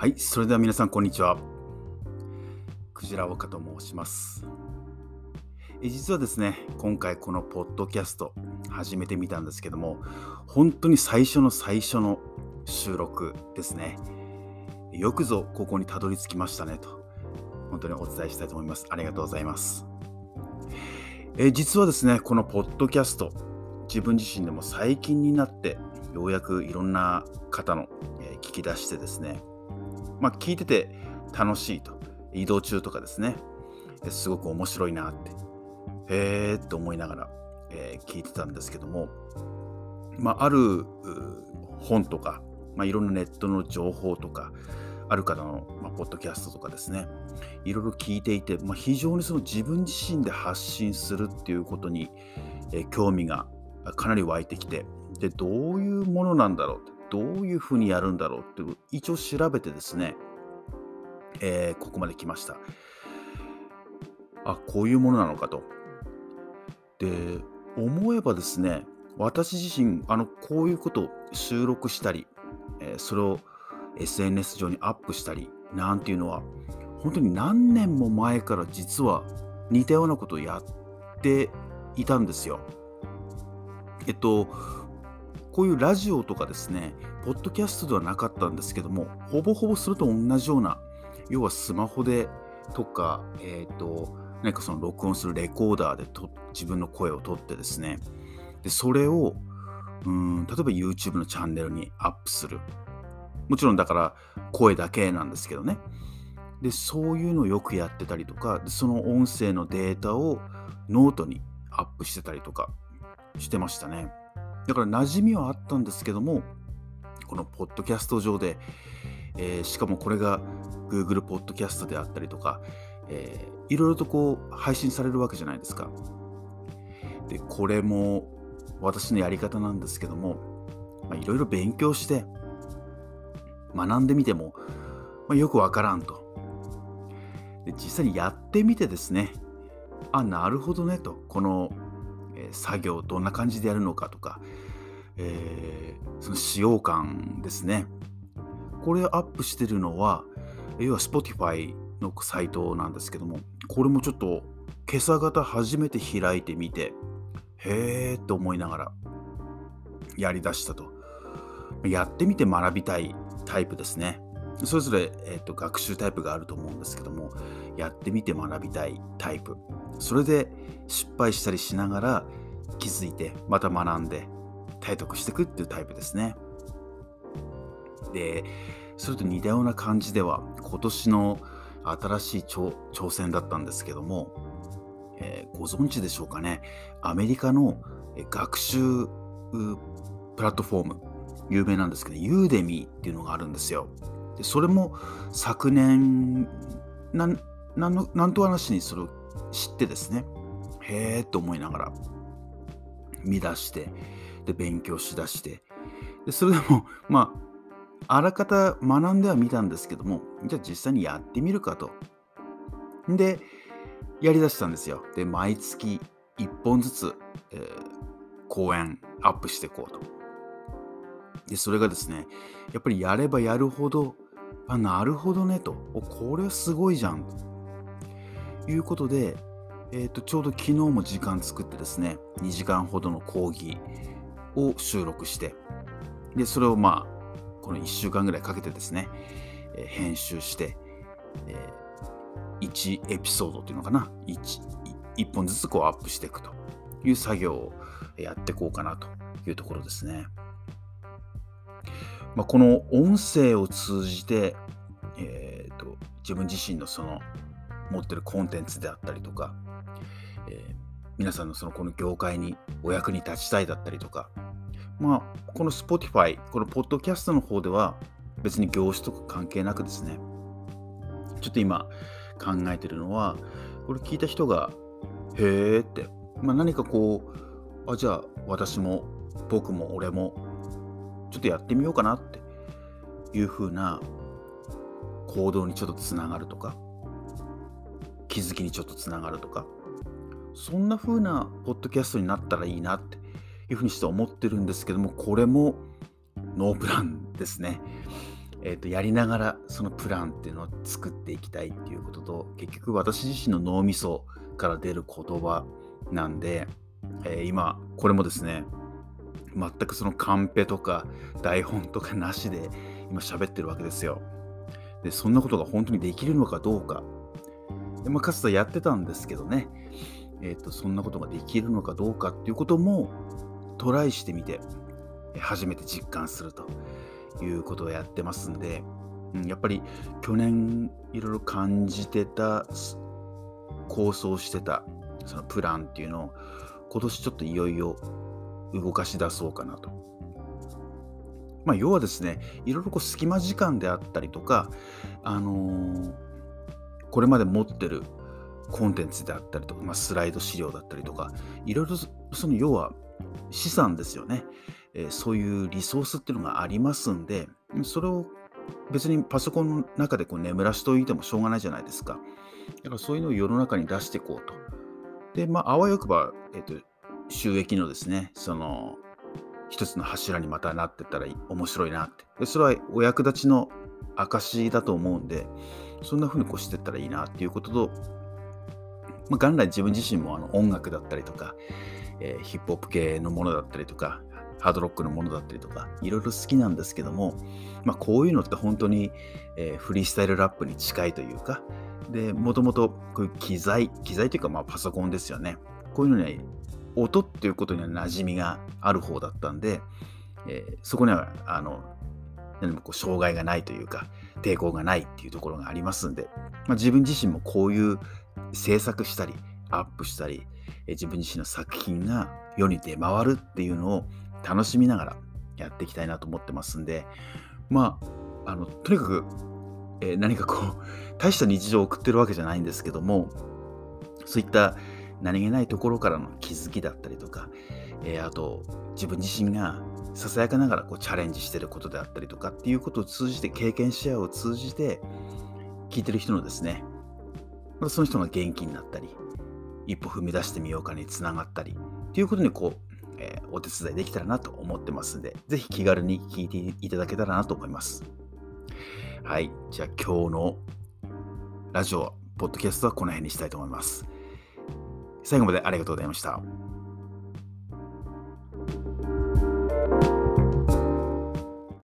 はい、それでは皆さん、こんにちは。クジラ岡と申します。実はですね、今回このポッドキャスト始めてみたんですけども、本当に最初の最初の収録ですね。よくぞここにたどり着きましたねと、本当にお伝えしたいと思います。ありがとうございます。実はですね、このポッドキャスト、自分自身でも最近になって、ようやくいろんな方の、聞き出してですね、聞いてて楽しいと、移動中とかですね、すごく面白いなって、へーって思いながら、聞いてたんですけども、ある本とか、いろんなネットの情報とか、ある方の、ポッドキャストとかですね、いろいろ聞いていて、非常にその自分自身で発信するっていうことに、興味がかなり湧いてきて、で、どういうものなんだろうって、どういうふうにやるんだろうっていう、一応調べてですね、ここまで来ました。こういうものなのかと。で、思えばですね、私自身、こういうことを収録したり、それを SNS 上にアップしたり、なんていうのは、本当に何年も前から実は似たようなことをやっていたんですよ。こういうラジオとかですね、ポッドキャストではなかったんですけども、ほぼほぼそれと同じような、要はスマホでとか、何かその録音するレコーダーで自分の声を取ってですね、で、それを、例えば YouTube のチャンネルにアップする。もちろんだから声だけなんですけどね。で、そういうのをよくやってたりとか、でその音声のデータをノートにアップしてたりとかしてましたね。だから馴染みはあったんですけども、このポッドキャスト上で、しかもこれが Google ポッドキャストであったりとか、いろいろとこう配信されるわけじゃないですか。で、これも私のやり方なんですけども、いろいろ勉強して学んでみても、よくわからんと。で、実際にやってみてですね、なるほどねと、この、作業どんな感じでやるのかとか、その使用感ですね。これアップしてるのは、要は Spotify のサイトなんですけども、これもちょっと今朝方初めて開いてみて、へーって思いながらやりだしたと。やってみて学びたいタイプですね。それぞれ、学習タイプがあると思うんですけども、やってみて学びたいタイプ。それで失敗したりしながら気づいて、また学んで体得していくっていうタイプですね。で、それと似たような感じでは、今年の新しい挑戦だったんですけども、ご存知でしょうかね。アメリカの学習プラットフォーム、有名なんですけど、ユーデミーっていうのがあるんですよ。で、それも昨年、なんと話にそれを知ってですね、へーと思いながら見出して、で、勉強しだして、で、それでも、あらかた学んではみたんですけども、じゃあ実際にやってみるかと。で、やりだしたんですよ。で、毎月1本ずつ、講演アップしていこうと。で、それがですね、やっぱりやればやるほど、なるほどねと、これすごいじゃんということで、ちょうど昨日も時間作ってですね、2時間ほどの講義を収録して、で、それをこの1週間ぐらいかけてですね、編集して、1エピソードっていうのかな、1本ずつこうアップしていくという作業をやっていこうかなというところですね。この音声を通じて、自分自身のその持ってるコンテンツであったりとか、皆さんのこの業界にお役に立ちたいだったりとか、この Spotify、このポッドキャストの方では別に業種とか関係なくですね、ちょっと今考えてるのは、これ聞いた人が、へーって、何かこう、じゃあ私も僕も俺もちょっとやってみようかなっていう風な行動にちょっとつながるとか、気づきにちょっとつながるとか、そんな風なポッドキャストになったらいいなっていう風にして思ってるんですけども、これもノープランですね。 やりながらそのプランっていうのを作っていきたいっていうことと、結局私自身の脳みそから出る言葉なんで、今これもですね、全くそのカンペとか台本とかなしで今喋ってるわけですよ。で、そんなことが本当にできるのかどうか。で、かつてやってたんですけどね、そんなことができるのかどうかっていうこともトライしてみて、初めて実感するということをやってますんで、やっぱり去年いろいろ感じてた、構想してたそのプランっていうのを今年ちょっといよいよ動かし出そうかなと。要はですね、いろいろ隙間時間であったりとか、あの、これまで持ってるコンテンツであったりとか、スライド資料だったりとか、いろいろその要は資産ですよね。そういうリソースっていうのがありますんで、それを別にパソコンの中で眠らしといてもしょうがないじゃないですか。だからそういうのを世の中に出していこうと。で、あわよくば、収益のですね、その一つの柱にまたなってったら面白いなって。で、それはお役立ちの証だと思うんで、そんな風にしてったらいいなっていうことと、元来自分自身も音楽だったりとか、ヒップホップ系のものだったりとか、ハードロックのものだったりとか、いろいろ好きなんですけども、こういうのって本当に、フリースタイルラップに近いというか、で、もともとこういう機材というかパソコンですよね。こういうのに音っていうことには馴染みがある方だったんで、そこには何も障害がないというか、抵抗がないっていうところがありますんで、自分自身もこういう制作したり、アップしたり、自分自身の作品が世に出回るっていうのを楽しみながらやっていきたいなと思ってますんで、とにかく、何か大した日常を送ってるわけじゃないんですけども、そういった何気ないところからの気づきだったりとか、あと自分自身がささやかながらチャレンジしてることであったりとかっていうことを通じて、経験シェアを通じて聞いてる人のですね、その人が元気になったり、一歩踏み出してみようかにつながったりっていうことにお手伝いできたらなと思ってますんで、ぜひ気軽に聞いていただけたらなと思います。はい、じゃあ今日のラジオ、ポッドキャストはこの辺にしたいと思います。最後までありがとうございました。